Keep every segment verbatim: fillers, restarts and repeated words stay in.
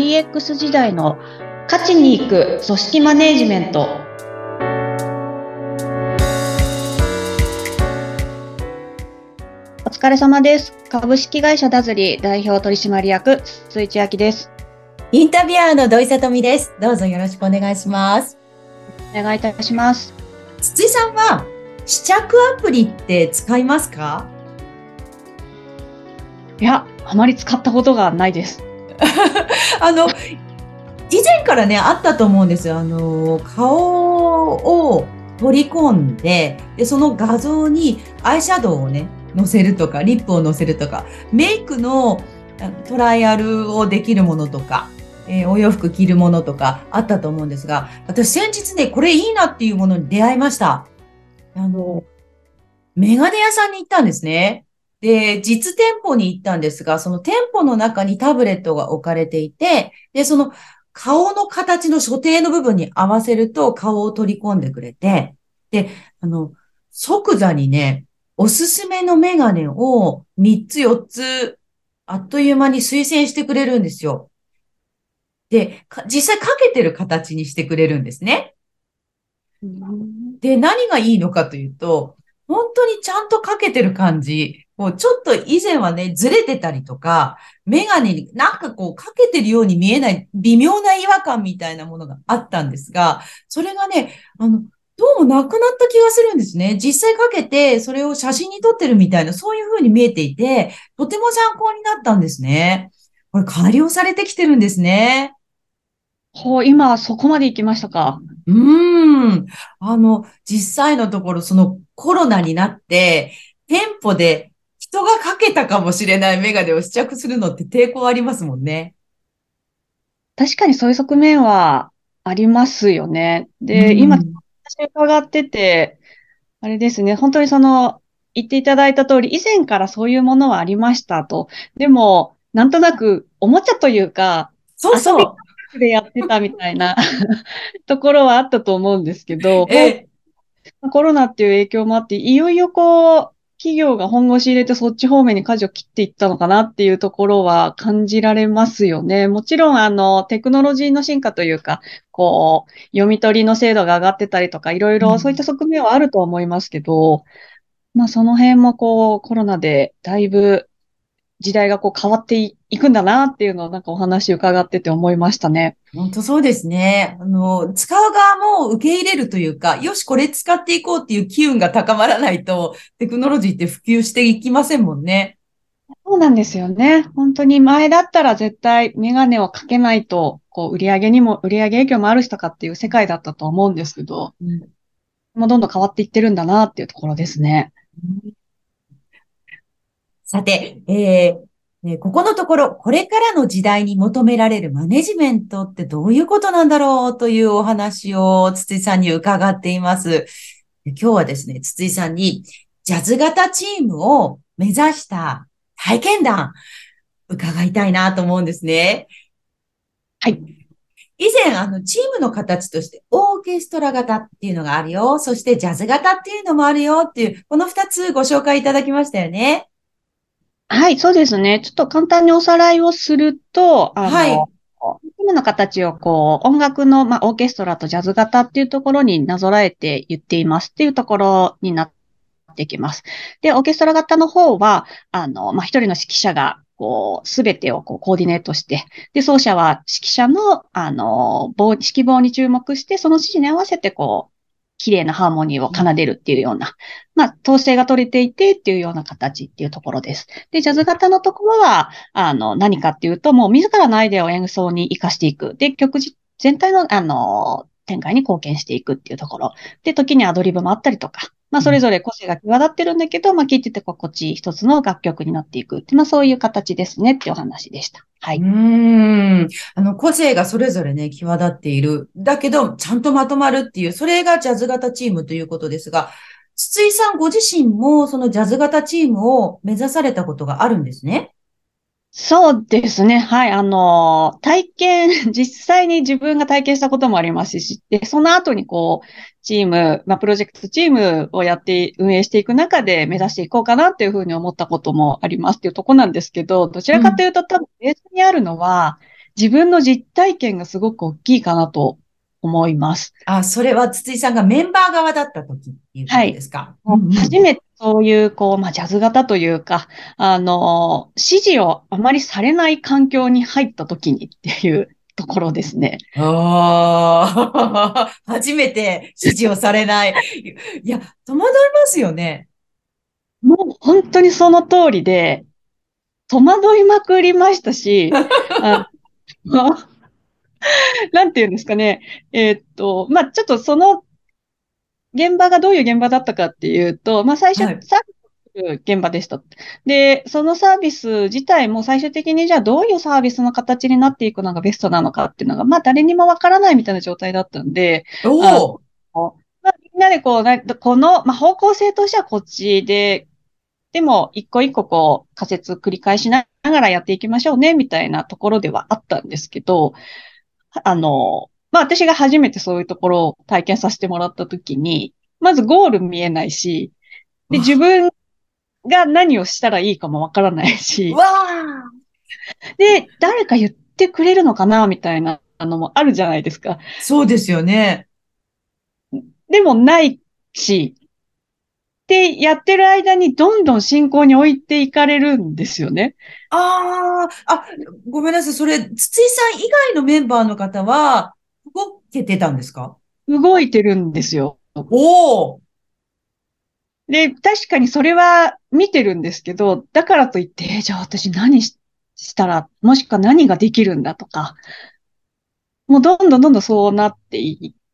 ィーエックス 時代の勝ちに行く組織マネジメント。お疲れ様です。株式会社ダズリ代表取締役筒井千秋です。 インタビュアーの土井さとみです。どうぞよろしくお願いします。 お願いいたします。 筒井さんは試着アプリって使いますか？ いや、あまり使ったことがないです。 あの以前からねあったと思うんですよ。あの顔を取り込んで、でその画像にアイシャドウをね載せるとか、リップを載せるとか、メイクのトライアルをできるものとか、えー、お洋服着るものとかあったと思うんですが、私先日ねこれいいなっていうものに出会いました。あのメガネ屋さんに行ったんですね。で、実店舗に行ったんですが、その店舗の中にタブレットが置かれていて、で、その顔の形の所定の部分に合わせると顔を取り込んでくれて、で、あの、即座にね、おすすめのメガネをみっつよっつ、あっという間に推薦してくれるんですよ。で、実際かけてる形にしてくれるんですね。で、何がいいのかというと、本当にちゃんとかけてる感じ。もうちょっと以前はね、ずれてたりとか、メガネになんかこうかけてるように見えない微妙な違和感みたいなものがあったんですが、それがね、あの、どうもなくなった気がするんですね。実際かけて、それを写真に撮ってるみたいな、そういう風に見えていて、とても参考になったんですね。これ改良されてきてるんですね。 ほう、今そこまで行きましたか。 うーん。あの、実際のところ、そのコロナになって、店舗で人がかけたかもしれないメガネを試着するのって抵抗ありますもんね。 確かにそういう側面はありますよね。 うで、今、 ん。 私伺ってて、あれですね、本当にその、言っていただいた通り、以前からそういうものはありましたと。でも、なんとなく、おもちゃというか、遊び感そうそ覚でやってたみたいなところはあったと思うんですけど、 う。えもうえ、 コロナっていう影響もあって、いよいよこう、企業が本腰入れてそっち方面に舵を切っていったのかなっていうところは感じられますよね。もちろん、あの、テクノロジーの進化というか、こう、読み取りの精度が上がってたりとか、いろいろそういったうん。 側面はあると思いますけど、まあ、その辺もこう、コロナでだいぶ時代がこう変わっていいくんだなっていうのをなんかお話伺ってて思いましたね。 本当そうですね。あの、使う側も受け入れるというか、よし、これ使っていこうっていう機運が高まらないと、テクノロジーって普及していきませんもんね。 そうなんですよね。本当に前だったら絶対メガネをかけないと、こう、売り上げにも、売り上げ影響もある人かっていう世界だったと思うんですけど、 うん。 もうどんどん変わっていってるんだなっていうところですね。 さて、えーえーここのところ、これからの時代に求められるマネジメントってどういうことなんだろうというお話を筒井さんに伺っています。今日はですね、筒井さんにジャズ型チームを目指した体験談伺いたいなと思うんですね。 はい。 以前、あの、チームの形としてオーケストラ型っていうのがあるよ。そしてジャズ型っていうのもあるよっていう、この二つご紹介いただきましたよね。 はい、そうですね。ちょっと簡単におさらいをすると、あの、 はい。 今の形をこう、音楽の、まあ、オーケストラとジャズ型っていうところになぞらえて言っていますっていうところになってきます。で、オーケストラ型の方は、あの、まあ、一人の指揮者が、こう、すべてをこうコーディネートして、で、奏者は指揮者の、あの、棒、指揮棒に注目して、その指示に合わせて、こう、綺麗なハーモニーを奏でるっていうような、まあ、統制が取れていてっていうような形っていうところです。で、ジャズ型のところは、あの、何かっていうと、もう自らのアイデアを演奏に活かしていく。で、曲全体の、あの、展開に貢献していくっていうところ。で、時にアドリブもあったりとか、まあ、それぞれ個性が際立ってるんだけど、まあ、聴いてて心地いい一つの楽曲になっていくっていう、まあ、そういう形ですねっていうお話でした。はうい。 ーん。あの、個性がそれぞれね、際立っている。だけど、ちゃんとまとまるっていう、それがジャズ型チームということですが、筒井さんご自身も、そのジャズ型チームを目指されたことがあるんですね。 そうですね。はい。あの、体験、実際に自分が体験したこともありますし、で、その後にこう、チーム、まあ、プロジェクトチームをやって、運営していく中で目指していこうかなっていうふうに思ったこともありますっていうところなんですけど、どちらかとうん。 いうと多分ベースにあるのは、 自分の実体験がすごく大きいかなと思います。 あ、それは筒井さんがメンバー側だった時っていうこはい。 とですか？うもうんうん。 初めてそういう、こう、まあ、ジャズ型というか、あの、指示をあまりされない環境に入った時にっていうところですね。 ああ、初めて指示をされない。いや、戸惑いますよね。 もう本当にその通りで、戸惑いまくりましたし、あの、なんていうんですかね。えーっと、まあ、ちょっとその現場がどういう現場だったかっていうと、まあ、最初、 はい。 サービス現場でした。で、そのサービス自体も最終的にじゃあどういうサービスの形になっていくのがベストなのかっていうのが、まあ、誰にもわからないみたいな状態だったんで、 おあお。 の、まあ、みんなでこう、なこの、まあ、方向性としてはこっちで、でも、一個一個こう、仮説繰り返しながらやっていきましょうね、みたいなところではあったんですけど、あの、まあ、私が初めてそういうところを体験させてもらったときに、まずゴール見えないし、で、自わ、 分が何をしたらいいかもわからないわし、 あ、 で、誰か言ってくれるのかな、みたいなのもあるじゃないですか。 そうですよね。 でもないし、で、やってる間にどんどん進行に置いていかれるんですよね。 ああ、あ、ごめんなさい。それ、筒井さん以外のメンバーの方は、動けてたんですか？ 動いてるんですよ。 おおー。 で、確かにそれは見てるんですけど、だからといって、えーじゃあ私何ししたら、もしくは何ができるんだとか、もうどんどんどんどんそうなっていって、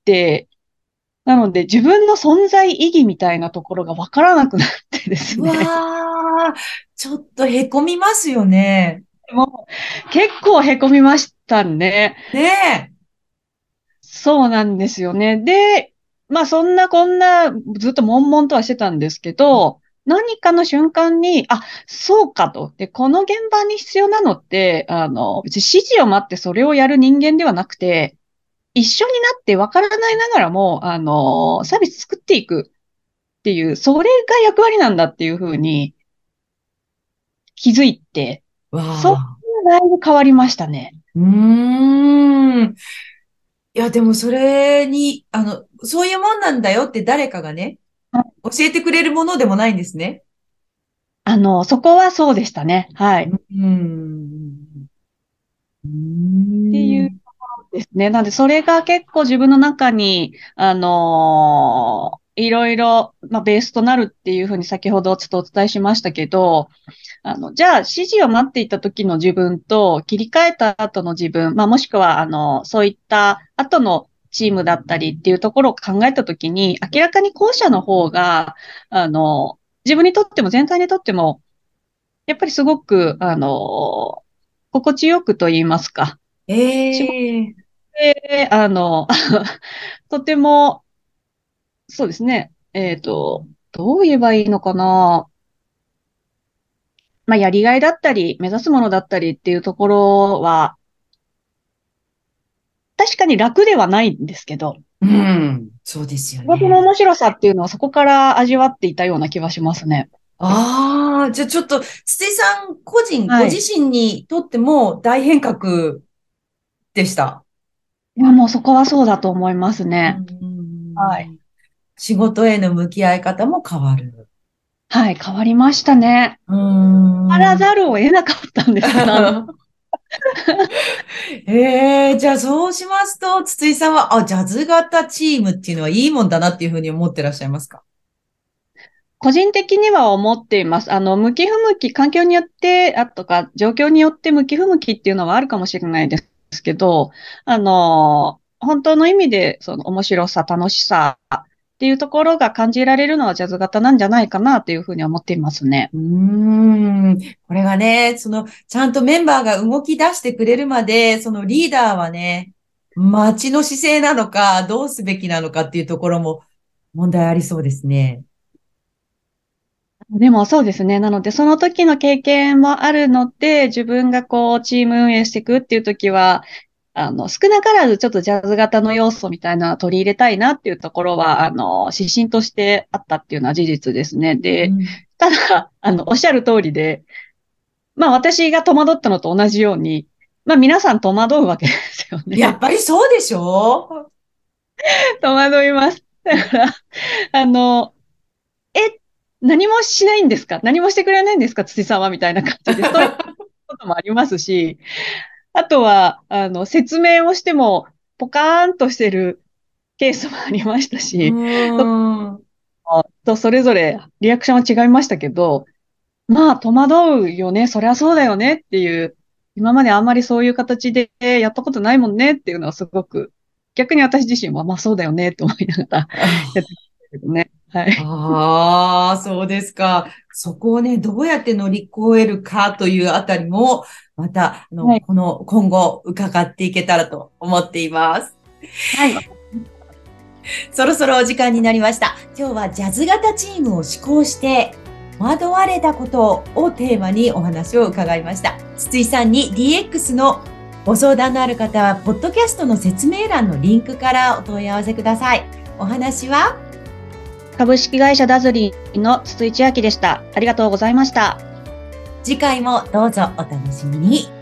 なので自分の存在意義みたいなところがわからなくなってですうね。 わあ、ちょっとへこみますよね。 もう結構凹みましたね。 ねえ。 そうなんですよね。で、まあそんなこんなずっと悶々とはしてたんですけど、何かの瞬間に、あ、そうかと。で、この現場に必要なのって、あの、別に指示を待ってそれをやる人間ではなくて、一緒になって分からないながらも、あの、サービス作っていくっていう、それが役割なんだっていうふうに気づいて、 わそこあ。 がだいぶ変わりましたね。 うーん。いや、でもそれに、あの、そういうもんなんだよって誰かがね、教えてくれるものでもないんですね。 あの、そこはそうでしたね。はい。 うーん。うーっていうん。 ですね。なんで、それが結構自分の中に、あのーいろいろ、まあ、ベースとなるっていうふうに先ほどちょっとお伝えしましたけど、あの、じゃあ、指示を待っていた時の自分と切り替えた後の自分、まあ、もしくは、あの、そういった後のチームだったりっていうところを考えた時に、明らかに後者の方が、あの、自分にとっても全体にとっても、やっぱりすごく、あの、心地よくと言いますか、仕事ええ。 で、あの、とても、そうですね、えっと、どう言えばいいのかな。まあ、やりがいだったり、目指すものだったりっていうところは、確かに楽ではないんですけど、 うん、そうですよ仕事のね。 面白さっていうのはそこから味わっていたような気はしますね。 ああ、じゃあちょっと、筒井さん個人、ご自はい。 身にとっても大変革でした。 いや、もうそこはそうだと思いますうね。はい。 ん。仕事への向き合い方も変わる。 はい、変わりましたね。 うー変わらん。 ざるを得なかったんです。あの、 ええ、じゃあそうしますと、筒井さんは、あ、ジャズ型チームっていうのはいいもんだなっていうふうに思ってらっしゃいますか？ 個人的には思っています。あの、向き不向き、環境によって、あとか、状況によって向き不向きっていうのはあるかもしれないですけど、あの、本当の意味で、その面白さ、楽しさっていうところが感じられるのはジャズ型なんじゃないかなというふうに思っていますね。 うーん。これがね、その、ちゃんとメンバーが動き出してくれるまで、そのリーダーはね、待ちの姿勢なのか、どうすべきなのかっていうところも問題ありそうですね。 でもそうですね。なので、その時の経験もあるので、自分がこう、チーム運営していくっていう時は、あの、少なからずちょっとジャズ型の要素みたいなのを取り入れたいなっていうところは、あの、指針としてあったっていうのは事実ですね。で、 うん。 ただ、あの、おっしゃる通りで、まあ私が戸惑ったのと同じように、 まあ皆さん戸惑うわけですよね。 やっぱりそうでしょ？ 戸惑います。だから、あの、え、何もしないんですか？何もしてくれないんですか？辻さんはみたいな感じで、ストレスこともありますし、あとは、あの、説明をしても、ポカーンとしてるケースもありましたうし、 ーん。 とそれぞれリアクションは違いましたけど、まあ、戸惑うよね。そりゃそうだよねっていう、今まであんまりそういう形でやったことないもんねっていうのはすごく、逆に私自身はまあそうだよねって思いながらやってましたけどね。はい。 ああ、そうですか。そこをね、どうやって乗り越えるかというあたりも、また、あの、 はい。 この、今後伺っていけたらと思っています。 はい。 そろそろお時間になりました。今日はジャズ型チームを思考して、戸惑われたことをテーマにお話を伺いました。筒井さんに ディーエックス のご相談のある方は、ポッドキャストの説明欄のリンクからお問い合わせください。お話は株式会社ダズリンの筒井千明でした。ありがとうございました。 次回もどうぞお楽しみに。